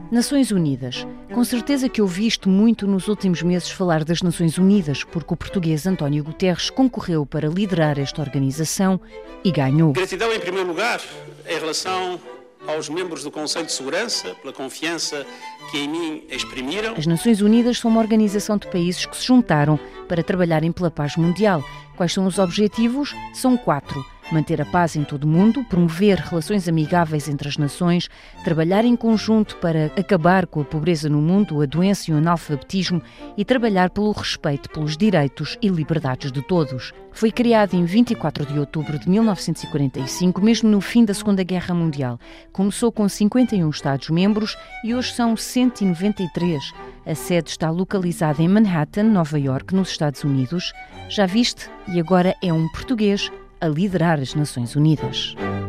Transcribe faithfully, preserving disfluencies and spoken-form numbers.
Nações Unidas. Com certeza que ouviste muito nos últimos meses falar das Nações Unidas, porque o português António Guterres concorreu para liderar esta organização e ganhou. Gratidão em primeiro lugar em relação aos membros do Conselho de Segurança pela confiança que em mim exprimiram. As Nações Unidas são uma organização de países que se juntaram para trabalharem pela paz mundial. Quais são os objetivos? São quatro. Manter a paz em todo o mundo, promover relações amigáveis entre as nações, trabalhar em conjunto para acabar com a pobreza no mundo, a doença e o analfabetismo e trabalhar pelo respeito pelos direitos e liberdades de todos. Foi criado em vinte e quatro de outubro de mil novecentos e quarenta e cinco, mesmo no fim da Segunda Guerra Mundial. Começou com cinquenta e um Estados-membros e hoje são cento e noventa e três. A sede está localizada em Manhattan, Nova Iorque, nos Estados Unidos. Já viste? E agora é um português a liderar as Nações Unidas.